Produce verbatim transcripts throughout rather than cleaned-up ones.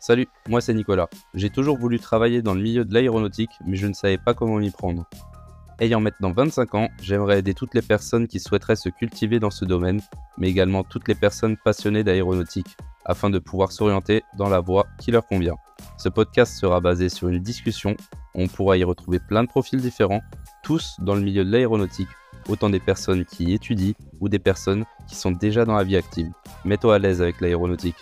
Salut, moi c'est Nicolas. J'ai toujours voulu travailler dans le milieu de l'aéronautique, mais je ne savais pas comment m'y prendre. Ayant maintenant vingt-cinq ans, j'aimerais aider toutes les personnes qui souhaiteraient se cultiver dans ce domaine, mais également toutes les personnes passionnées d'aéronautique, afin de pouvoir s'orienter dans la voie qui leur convient. Ce podcast sera basé sur une discussion, on pourra y retrouver plein de profils différents, tous dans le milieu de l'aéronautique, autant des personnes qui étudient ou des personnes qui sont déjà dans la vie active. Mets-toi à l'aise avec l'aéronautique.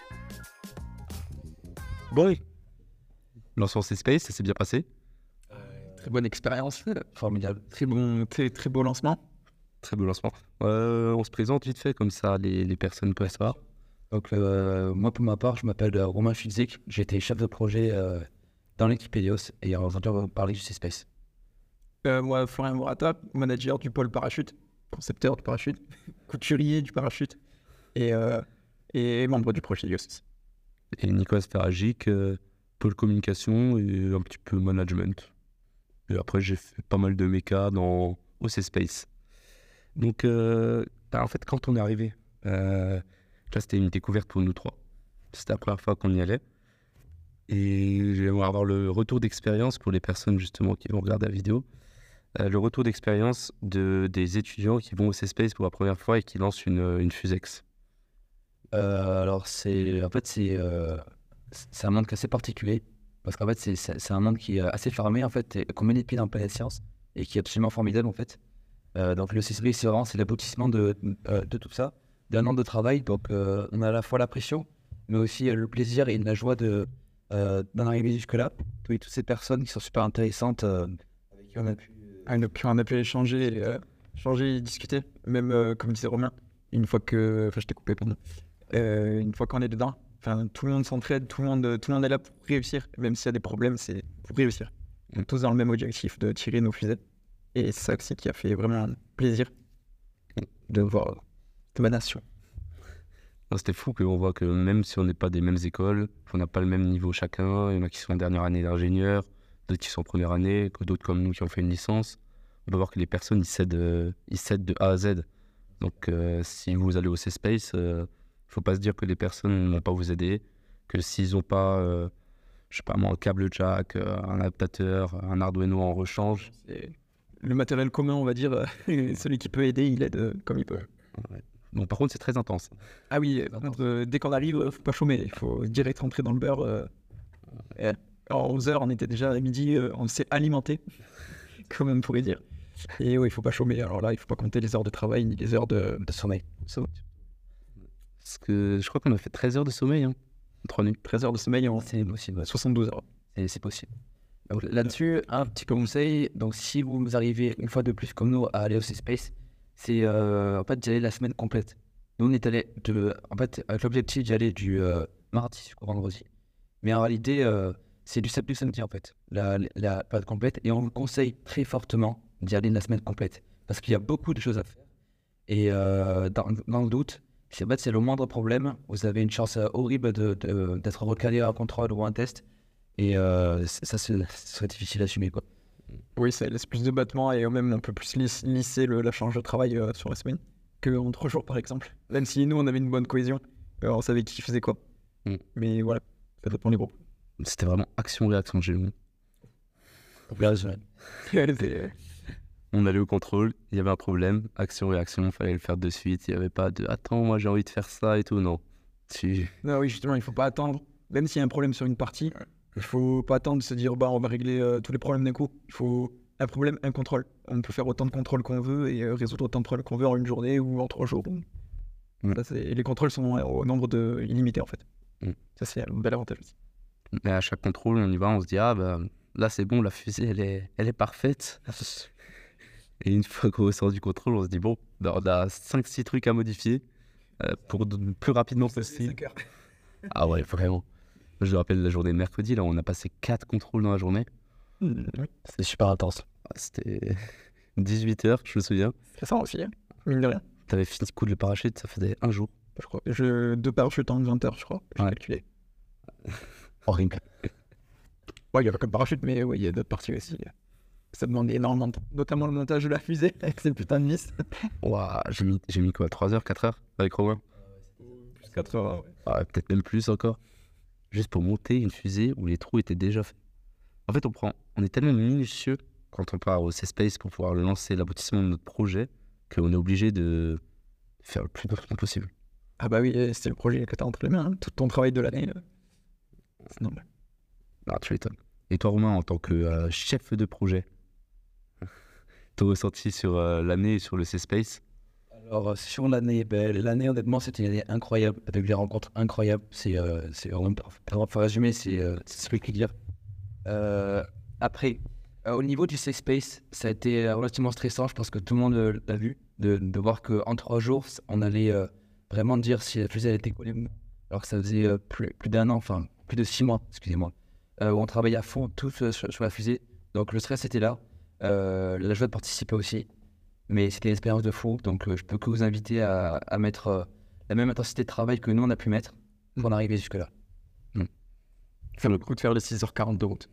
Bon, lancement C Space, ça s'est bien passé. Euh, très bonne expérience, formidable. Très bon, très, très beau lancement. Très beau lancement. Euh, on se présente vite fait, comme ça les, les personnes peuvent savoir. Donc, euh, moi, pour ma part, je m'appelle euh, Romain Filzik. J'ai été chef de projet euh, dans l'équipe Helios et on va entendu parler du C Space. Euh, moi, Florian Morata, manager du pôle parachute, concepteur du parachute, couturier du parachute et, euh, et membre du projet Helios aussi. Et Nicolas Feragic, euh, pôle communication et un petit peu management. Et après, j'ai fait pas mal de méca dans au C Space. Donc, euh, bah, en fait, quand on est arrivé, euh, là, c'était une découverte pour nous trois. C'était la première fois qu'on y allait. Et j'aimerais avoir le retour d'expérience pour les personnes justement qui vont regarder la vidéo. Euh, le retour d'expérience de, des étudiants qui vont au C Space pour la première fois et qui lancent une, une Fusex. Euh, alors, c'est, en fait, c'est, euh, c'est un monde assez particulier parce qu'en fait, c'est, c'est, c'est un monde qui est assez fermé en fait, et qu'on met les pieds dans la planète science et qui est absolument formidable en fait. Euh, donc, le C S B, c'est vraiment c'est l'aboutissement de, euh, de tout ça, d'un an de travail. Donc, euh, on a à la fois la pression, mais aussi euh, le plaisir et la joie de, euh, d'en arriver jusque-là. Oui, toutes ces personnes qui sont super intéressantes, euh, avec qui on a pu. Ah, on, a pu, on a pu échanger, euh, échanger et discuter, même euh, comme disait Romain, une fois que. Enfin, je t'ai coupé, pardon. Euh, une fois qu'on est dedans, enfin, tout le monde s'entraide, tout le monde, tout le monde est là pour réussir, même s'il y a des problèmes, c'est pour réussir. On est tous dans le même objectif de tirer nos fusées. Et c'est ça aussi qui a fait vraiment plaisir de voir de ma nation. Non, c'était fou qu'on voit que même si on n'est pas des mêmes écoles, qu'on n'a pas le même niveau chacun, il y en a qui sont en dernière année d'ingénieur, d'autres qui sont en première année, d'autres comme nous qui ont fait une licence, on peut voir que les personnes ils s'aident, euh, ils s'aident de A à Z. Donc euh, si vous allez au C Space, il euh, ne faut pas se dire que les personnes ne vont pas vous aider, que s'ils n'ont pas, euh, je sais pas moi, un câble jack, euh, un adaptateur, un Arduino en rechange. C'est le matériel commun, on va dire, celui qui peut aider, il aide euh, comme il peut. Ouais. Donc par contre, c'est très intense. Ah oui, par contre, euh, dès qu'on arrive, faut pas chômer, il faut direct rentrer dans le beurre. Euh, et en onze heures, on était déjà à midi, euh, on s'est alimenté, comme on pourrait dire. Et oui, il faut pas chômer. Alors là, il faut pas compter les heures de travail ni les heures de, de sommeil. So, Parce que je crois qu'on a fait treize heures de sommeil, hein, trois nuits. treize heures de sommeil en C'est possible, ouais. soixante-douze heures. C'est, c'est possible. Donc, là-dessus, un petit conseil, donc si vous arrivez une fois de plus comme nous à aller au C Space, c'est euh, en fait d'y aller la semaine complète. Nous on est allé de, en fait avec l'objectif d'y aller du euh, mardi jusqu'au vendredi, mais en réalité euh, c'est du samedi au samedi en fait, la, la période complète, et on vous conseille très fortement d'y aller la semaine complète parce qu'il y a beaucoup de choses à faire et euh, dans, dans le doute, c'est, en fait, c'est le moindre problème, vous avez une chance euh, horrible de, de, d'être recalé à un contrôle ou à un test. Et euh, ça, c'est, ce serait difficile à assumer, quoi. Oui, ça laisse plus de battements et même on peut plus lis- lisser le, la charge de travail euh, sur la semaine qu'en trois jours par exemple. Même si nous on avait une bonne cohésion, euh, on savait qui faisait quoi. Mm. Mais voilà, ça dépend des groupes. C'était vraiment action-réaction chez nous. On allait au contrôle, il y avait un problème, action-réaction, il fallait le faire de suite. Il n'y avait pas de « attends, moi j'ai envie de faire ça et tout », non. Tu... Non, oui, justement, il faut pas attendre. Même s'il y a un problème sur une partie, il faut pas attendre de se dire bah on va régler euh, tous les problèmes d'un coup. Il faut un problème, un contrôle. On peut faire autant de contrôles qu'on veut et euh, résoudre autant de problèmes qu'on veut en une journée ou en trois jours. Mm. Ça, c'est... Et les contrôles sont euh, au nombre de illimité en fait. Mm. Ça c'est un bel avantage aussi. Mais à chaque contrôle, on y va, on se dit « ah bah là c'est bon, la fusée elle est, elle est parfaite ». Et une fois qu'on sort du contrôle, on se dit bon, bah, on a cinq six trucs à modifier euh, pour de, plus rapidement possible. Ah ouais, vraiment. Je me rappelle la journée de mercredi, là, on a passé quatre contrôles dans la journée. Mmh, oui. C'est super intense. Ah, c'était dix-huit heures, je me souviens. C'est ça aussi, hein. Mine de rien. T'avais fini de coudre le parachute, ça faisait un jour. Je crois. Je... Deux parachutes en vingt heures, je crois. J'ai Ouais. calculé. Horrible. Ouais, il y avait que le parachute, mais ouais, il y a d'autres parties aussi. Ça demandait énormément de temps. Notamment le montage de la fusée avec ces putains de vis. Ouah, j'ai mis, j'ai mis quoi, trois heures, quatre heures avec Romain? Plus quatre heures, ouais. Ah, peut-être même plus encore. juste pour monter une fusée où les trous étaient déjà faits. En fait, on prend, on est tellement minutieux quand on part au C-Space pour pouvoir lancer l'aboutissement de notre projet qu'on est obligé de faire le plus d'options possible. Ah bah oui, c'était le projet que t'as entre les mains, hein. Tout ton travail de l'année. là. C'est normal. Ah, tu m'étonnes. Et toi, Romain, en tant que euh, chef de projet, ton ressenti sur euh, l'année et sur le C-Space? Alors, euh, sur l'année, ben, l'année, honnêtement, c'était une année incroyable, avec des rencontres incroyables. C'est, euh, c'est vraiment, pour pour résumer, c'est euh, c'est ce que je peux dire. Euh, après, euh, au niveau du safe space, ça a été euh, relativement stressant. Je pense que tout le monde euh, l'a vu, de, de voir qu'en trois jours, on allait euh, vraiment dire si la fusée elle était collée ou non. Alors que ça faisait euh, plus, plus d'un an, enfin plus de six mois, excusez-moi, euh, où on travaillait à fond tous euh, sur, sur la fusée. Donc le stress était là, euh, la joie de participer aussi. Mais c'était une expérience de fou, donc euh, je peux que vous inviter à, à mettre euh, la même intensité de travail que nous on a pu mettre pour en arriver jusque-là. Ça vaut le coup de faire les six heures quarante de route.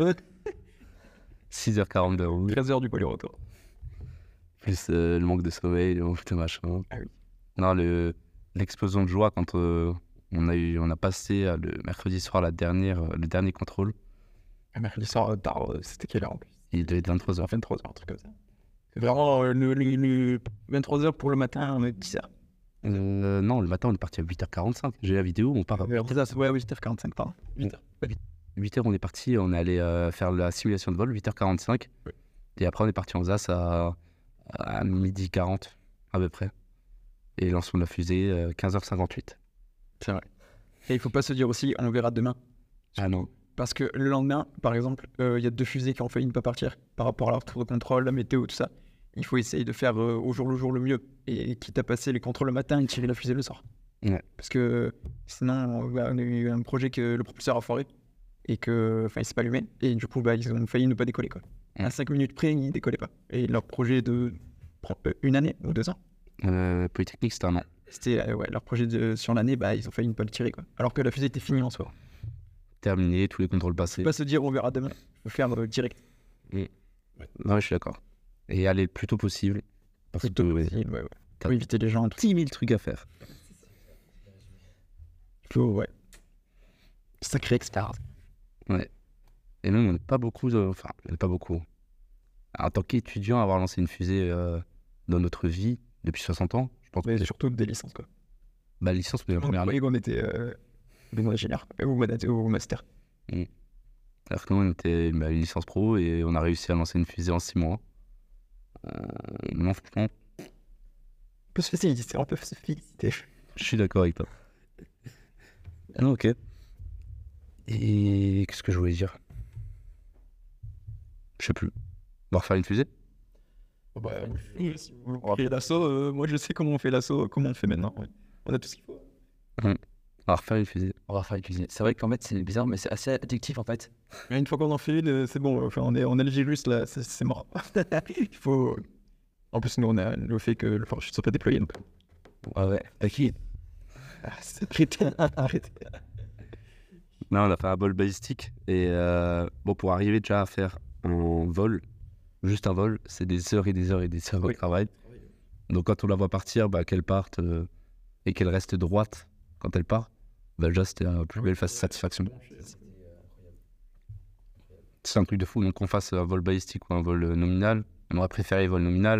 six heures quarante de route, treize heures du aller-retour. plus euh, le manque de sommeil, le manque de machin. Ah oui. Non, le, l'explosion de joie quand euh, on, a eu, on a passé euh, le mercredi soir la dernière, euh, le dernier contrôle. Un mercredi soir, euh, tard, euh, c'était quelle heure en plus? Il devait être vingt-trois heures. vingt-trois heures, un truc comme ça. C'est vraiment euh, le, le- le vingt-trois heures pour le matin, on est dix heures. Euh, non, le matin, on est parti à huit heures quarante-cinq. J'ai la vidéo, on part à Ouais, huit heures quarante-cinq, pardon. huit heures. huit heures, on est parti, on est allé euh, faire la simulation de vol, huit heures quarante-cinq. Ouais. Et après, on est parti en S A S à, à midi quarante, à peu près. Et lancement de la fusée, euh, quinze heures cinquante-huit. C'est vrai. Et il faut pas se dire aussi, on verra demain. Ah non. Parce que le lendemain, par exemple, euh, il y a deux fusées qui ont failli ne pas partir par rapport à leur tour de contrôle, la météo, tout ça. Il faut essayer de faire euh, au jour le jour le mieux. Et quitte à passer les contrôles le matin et tirer la fusée le soir. Ouais. Parce que sinon, bah, on a eu un projet que le propulseur a foiré et que, enfin, il s'est pas allumé. Et du coup, bah, ils ont failli ne pas décoller, quoi. Ouais. À cinq minutes près, ils décollaient pas. Et leur projet de euh, une année ou deux ans, Euh, Polytechnique, c'était un an. c'était euh, ouais, leur projet de, sur l'année, bah, ils ont failli ne pas le tirer, quoi. Alors que la fusée était finie en soi. Terminé, tous les contrôles passés. Faut pas se dire on verra demain. Faut faire euh, direct. Non, je suis d'accord. Et aller le plus tôt possible. Parce Plutôt que ouais, possible, ouais, ouais. T'as- Faut éviter les gens, un truc. dix mille trucs à faire. Faut, ouais. Sacré expert. Et nous, on n'est pas beaucoup, euh, enfin, on n'est pas beaucoup. En tant qu'étudiant, avoir lancé une fusée euh, dans notre vie depuis soixante ans, je pense Mais que surtout des licences, quoi. bah, licence, mais la première année. Oui, on était euh, des ingénieurs ou, mana- ou master. Alors que nous, on était bah, une licence pro et on a réussi à lancer une fusée en six mois. Euh, non, franchement, On peut se féliciter, on peut se féliciter. je suis d'accord avec toi. Ah non, ok. Et qu'est-ce que je voulais dire? Je sais plus. On va refaire une fusée? Bah, si vous voulez créer l'assaut, euh, moi je sais comment on fait l'assaut, comment on fait maintenant. ouais. On a tout ce qu'il faut. On va refaire une fusée. On va faire une cuisine. C'est vrai qu'en fait, c'est bizarre, mais c'est assez addictif en fait. Mais une fois qu'on en fait une, euh, c'est bon. Enfin, on est, on a le virus là, c'est, c'est mort. Il faut. En plus, nous on a le fait que le parachute soit pas déployé. Donc... Ouais, ouais. T'as qui Ah, c'est... Arrêtez, arrêtez. Là, on a fait un vol balistique. Et euh, bon, pour arriver déjà à faire un vol, juste un vol, c'est des heures et des heures et des heures Oui. de travail. Donc, quand on la voit partir, bah, qu'elle parte euh, et qu'elle reste droite quand elle part, bah, déjà, c'était la plus belle satisfaction. C'est un truc de fou. Donc, qu'on fasse un vol balistique ou un vol nominal, on aurait préféré le vol nominal.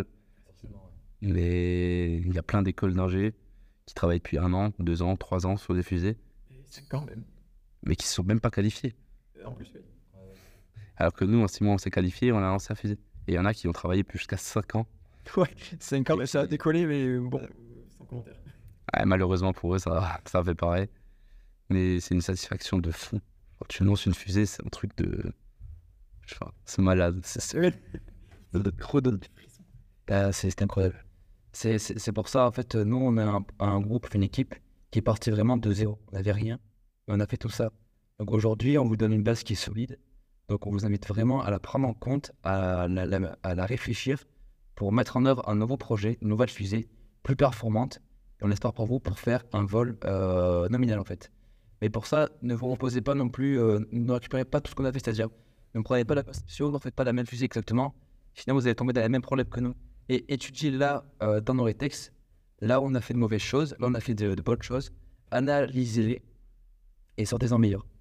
Mais il y a plein d'écoles d'ingé qui travaillent depuis un an, deux ans, trois ans sur des fusées, C'est quand même. mais qui ne sont même pas qualifiés. En plus, oui. Alors que nous, en six mois, on s'est qualifié, on a lancé la fusée. Et il y en a qui ont travaillé plus jusqu'à cinq ans. Ouais, c'est quand même, ça a décollé, mais bon, sans commentaire. Ouais, malheureusement pour eux, ça, ça fait pareil. Mais c'est une satisfaction de fou. Quand tu lances une fusée, c'est un truc de. Je sais pas, c'est malade. C'est- c'est- Trop de. Ah, c'est c'est incroyable. C'est c'est- c'est pour ça, en fait, nous, on a un, un groupe, une équipe qui est partie vraiment de zéro. On n'avait rien, et on a fait tout ça. Donc aujourd'hui, on vous donne une base qui est solide. Donc on vous invite vraiment à la prendre en compte, à la, la- à la réfléchir pour mettre en œuvre un nouveau projet, une nouvelle fusée plus performante. Et on espère pour vous pour faire un vol euh, nominal, en fait. Mais pour ça, ne vous reposez pas non plus, euh, ne récupérez pas tout ce qu'on a fait, c'est-à-dire ne prenez pas la conception, n'en faites pas la même fusée exactement. Sinon, vous allez tomber dans les mêmes problèmes que nous. Et étudiez là, euh, dans nos rétextes, là où on a fait de mauvaises choses, là où on a fait de, de bonnes choses, analysez-les et sortez-en meilleurs.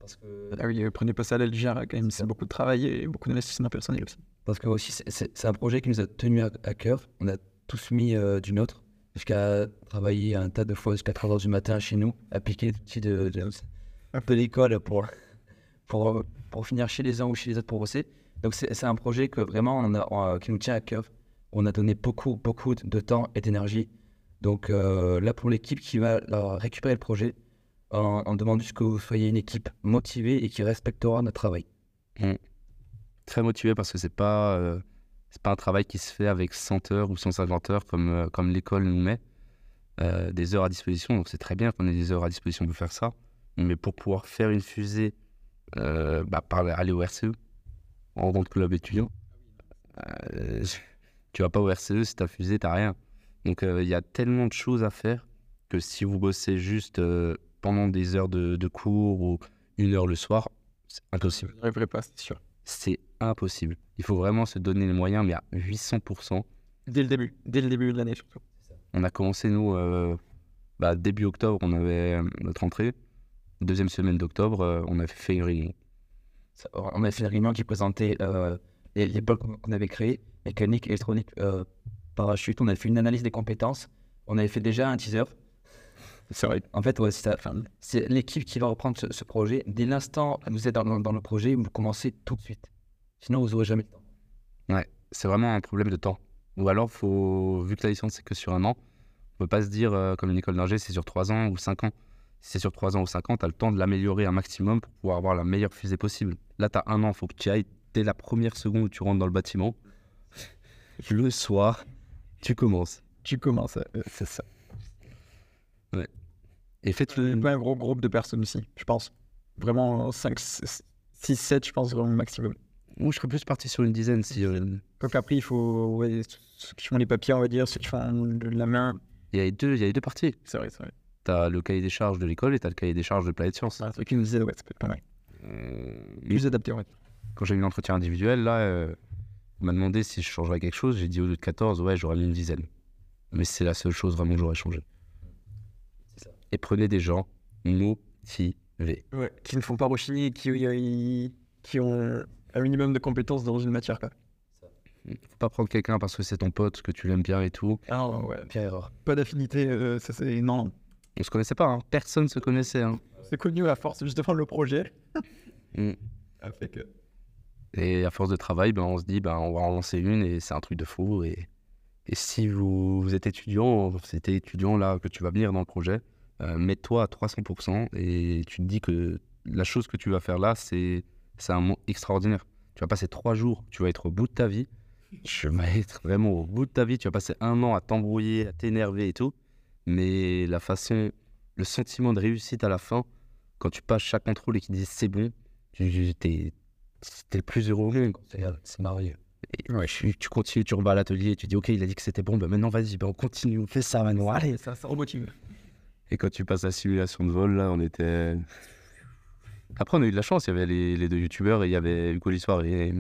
Parce que, Ah oui, euh, prenez pas ça à la légère, quand même, c'est beaucoup de travail et beaucoup d'investissement personnel aussi. parce que aussi, c'est- c'est c'est un projet qui nous a tenu à, à cœur. On a tous mis euh, du nôtre, jusqu'à travailler un tas de fois jusqu'à trois heures du matin chez nous, à piquer les outils de, de, de l'école pour, pour, pour finir chez les uns ou chez les autres pour bosser. Donc c'est c'est un projet que vraiment on a, on a- qui nous tient à cœur. On a donné beaucoup, beaucoup de temps et d'énergie. Donc euh, là, pour l'équipe qui va euh, récupérer le projet, on, on demande juste que vous soyez une équipe motivée et qui respectera notre travail. Très motivé parce que c'est pas, euh, c'est pas un travail qui se fait avec cent heures ou cent cinquante heures comme, euh, comme l'école nous met. Euh, des heures à disposition, donc c'est très bien qu'on ait des heures à disposition pour faire ça. Mais pour pouvoir faire une fusée, euh, bah, par aller au R C E, en tant que club étudiant, euh, tu vas pas au R C E, si ta fusée, t'as rien. Donc il y a tellement de choses à faire que si vous bossez juste euh, pendant des heures de, de cours ou une heure le soir, c'est impossible. Je n'arriverai pas, c'est sûr. C'est impossible. Il faut vraiment se donner les moyens, mais à huit cents pour cent. Dès le début, dès le début de l'année surtout. On a commencé, nous, euh, bah, début octobre, on avait euh, notre entrée. Deuxième semaine d'octobre, euh, on a fait une réunion. Ça- On a fait une réunion qui présentait euh, les, les blocs qu'on avait créés, mécanique, électronique, euh, parachute. On a fait une analyse des compétences. On avait fait déjà un teaser. C'est vrai. En fait, ouais, c'est ça. Enfin, c'est l'équipe qui va reprendre ce, ce projet. Dès l'instant où vous êtes dans, dans- dans le projet, vous commencez tout de suite. Sinon, vous n'aurez jamais le temps. Ouais, c'est vraiment un problème de temps. Ou alors, faut, vu que la licence, c'est que sur un an, on peut pas se dire, euh, comme une école d'ingé, c'est sur trois ans ou cinq ans. Si c'est sur trois ans ou cinq ans, tu as le temps de l'améliorer un maximum pour pouvoir avoir la meilleure fusée possible. Là, tu as un an, il faut que tu y ailles dès la première seconde où tu rentres dans le bâtiment. Le soir, tu commences. Tu commences. euh, C'est ça. Ouais. Et faites Il le... pas un gros groupe de personnes aussi, je pense. Vraiment cinq, six, sept, je pense, vraiment le maximum. Moi, je serais plus parti sur une dizaine si... euh, Donc après, il faut ouais, ceux qui font les papiers, on va dire, ceux qui font de la main. Il y a les deux, il y a les deux parties. C'est vrai, c'est vrai. T'as le cahier des charges de l'école et t'as le cahier des charges de Planète Science. C'est ceux qui nous disaient, ouais, ça peut être pas mal. Euh, Plus adapté, en fait. Quand j'ai eu l'entretien individuel, là, euh, on m'a demandé si je changerais quelque chose. J'ai dit au lieu de quatorze, ouais, j'aurais mis une dizaine. Mais c'est la seule chose vraiment que j'aurais changé. C'est ça. Et prenez des gens motivés. Ouais. Qui ne font pas rechigner, qui, qui, qui ont un minimum de compétences dans une matière, quoi. Faut pas prendre quelqu'un parce que c'est ton pote, que tu l'aimes bien et tout. Ah ouais, Pire erreur. pas d'affinité, euh, ça c'est... Non, On se connaissait pas, hein. Personne se connaissait. Hein. c'est connu à force justement le projet. Mm. Ah, fait que... Et à force de travail, ben, on se dit, ben, on va en lancer une et c'est un truc de fou. Et, et si vous, vous êtes étudiant, si t'es étudiant là, que tu vas venir dans le projet, euh, mets-toi à trois cents pour cent et tu te dis que la chose que tu vas faire là, c'est c'est un moment extraordinaire. Tu vas passer trois jours, tu vas être au bout de ta vie. Tu vas être vraiment au bout de ta vie. Tu vas passer un an à t'embrouiller, à t'énerver et tout. Mais la façon, le sentiment de réussite à la fin, quand tu passes chaque contrôle et qu'ils disent c'est bon, tu t'es t'es le plus heureux au monde. C'est c'est merveilleux. Et ouais, tu, tu continues, tu revas à l'atelier et tu dis ok, il a dit que c'était bon, ben maintenant vas-y, ben on continue, on fait ça maintenant, allez. Ça, ça remotive. Et quand tu passes la simulation de vol, là, on était. Après, on a eu de la chance, il y avait les, les deux youtubeurs et il y avait Hugo Lissoir et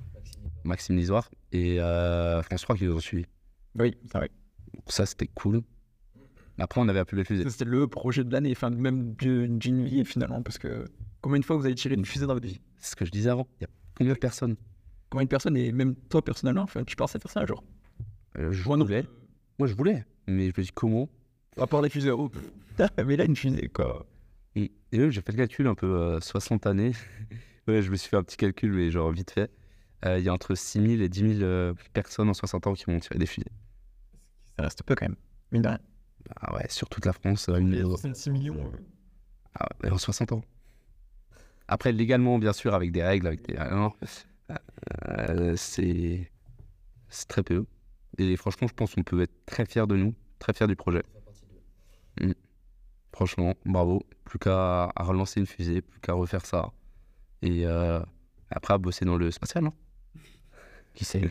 Maxime Lisoire. Et euh, France trois qui nous ont suivis. Oui, c'est vrai. Donc ça, c'était cool. Après, on avait la plus belle fusée. Ça, c'était le projet de l'année, enfin même d'une d'une vie finalement, parce que combien de fois vous avez tiré une fusée dans votre vie? C'est ce que je disais avant. Il y a combien de personnes Combien de personnes, et même toi personnellement, enfin, tu pensais faire ça un jour? Euh, Je Moi non. voulais. Moi, je voulais. Mais je me dis comment. À part les fusées, oh, putain, mais là une fusée quoi. Et eux, j'ai fait le calcul un peu, euh, soixante années. Ouais, je me suis fait un petit calcul, mais genre vite fait. Euh, Il y a entre six mille et dix mille euh, personnes en soixante ans qui vont tirer des fusées. Ça reste peu quand même, mine de rien. Ah ouais, sur toute la France, euh, une... soixante-six millions. euh. ah ouais, en soixante ans. Après, légalement, bien sûr, avec des règles, avec des... ah non, euh, c'est... c'est très peu. Et franchement, je pense qu'on peut être très fiers de nous, très fiers du projet. Mm. Franchement, bravo. Plus qu'à à relancer une fusée, plus qu'à refaire ça. Et euh, après, à bosser dans le spatial, non? Qui sait?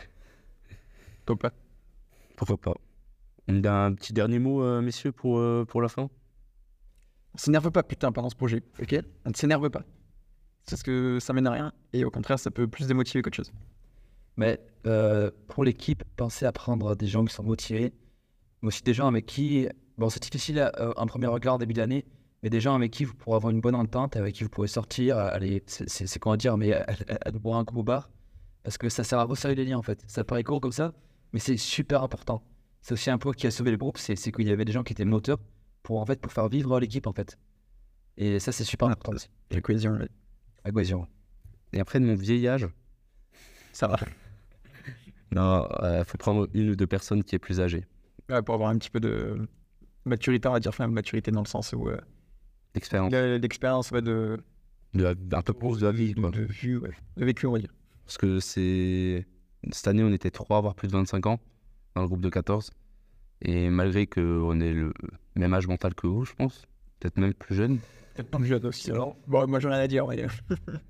Top pas. Pourquoi pas? On a un petit dernier mot, euh, messieurs, pour, euh, pour la fin? On s'énerve pas putain pendant ce projet, ok? On ne s'énerve pas. C'est parce que ça mène à rien, et au contraire, ça peut plus démotiver qu'autre chose. Mais euh, pour l'équipe, pensez à prendre des gens qui sont motivés, mais aussi des gens avec qui, bon, c'est difficile à, euh, en premier regard, début d'année, mais des gens avec qui vous pourrez avoir une bonne entente, avec qui vous pourrez sortir, aller, c'est, c'est, c'est comment dire, mais aller boire un coup au bar, parce que ça sert à resserrer les liens en fait. Ça paraît court comme ça, mais c'est super important. C'est aussi un point qui a sauvé le groupe, c'est, c'est qu'il y avait des gens qui étaient moteurs pour en fait pour faire vivre l'équipe en fait. Et ça c'est super important aussi. La cohésion, ouais. La cohésion. Et après, de mon vieil âge, Ça va. non, euh, faut prendre une ou deux personnes qui est plus âgée. Ouais, pour avoir un petit peu de maturité, on va dire, enfin, maturité dans le sens où euh, D'expérience. de- d'expérience, ouais, de, De la- un peu plus de la vie, de, quoi. de vue, ouais. De vécu, on va dire. Parce que c'est... Cette année, on était trois à avoir plus de vingt-cinq ans dans le groupe de quatorze. Et malgré qu'on ait le même âge mental que vous, je pense, peut-être même plus jeune. Peut-être pas plus jeune aussi, alors. Bon, moi, j'en ai rien à dire, on va dire.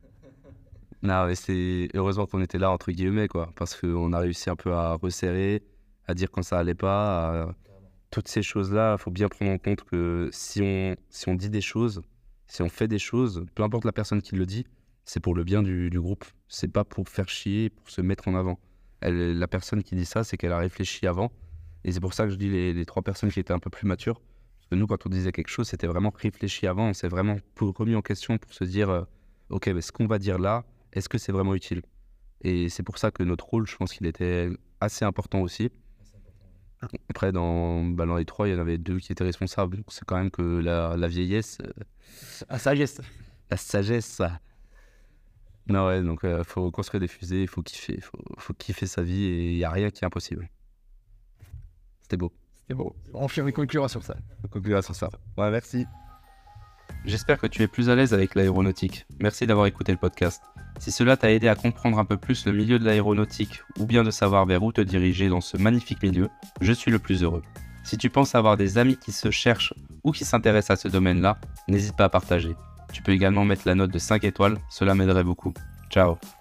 Non, mais c'est heureusement qu'on était là, entre guillemets, quoi. Parce qu'on a réussi un peu à resserrer, à dire quand ça allait pas. à- Toutes ces choses-là, il faut bien prendre en compte que si on, si on dit des choses, si on fait des choses, peu importe la personne qui le dit, c'est pour le bien du, du groupe. C'est pas pour faire chier, pour se mettre en avant. Elle, la personne qui dit ça, c'est qu'elle a réfléchi avant. Et c'est pour ça que je dis les, les trois personnes qui étaient un peu plus matures. Parce que nous, quand on disait quelque chose, c'était vraiment réfléchi avant. On s'est vraiment pour- remis en question pour se dire, euh, ok, mais ce qu'on va dire là, est-ce que c'est vraiment utile? Et c'est pour ça que notre rôle, je pense qu'il était assez important aussi. Après, dans, bah, dans les trois, il y en avait deux qui étaient responsables. Donc, c'est quand même que la, la vieillesse, euh, À sagesse. la sagesse, ça. Non, ouais, donc il faut construire des fusées, il faut kiffer, il faut, faut kiffer sa vie et il n'y a rien qui est impossible. C'était beau. C'était beau. On fait une conclusion sur ça. On conclura sur ça. Ouais, merci. J'espère que tu es plus à l'aise avec l'aéronautique. Merci d'avoir écouté le podcast. Si cela t'a aidé à comprendre un peu plus le milieu de l'aéronautique ou bien de savoir vers où te diriger dans ce magnifique milieu, je suis le plus heureux. Si tu penses avoir des amis qui se cherchent ou qui s'intéressent à ce domaine-là, n'hésite pas à partager. Tu peux également mettre la note de cinq étoiles, cela m'aiderait beaucoup. Ciao.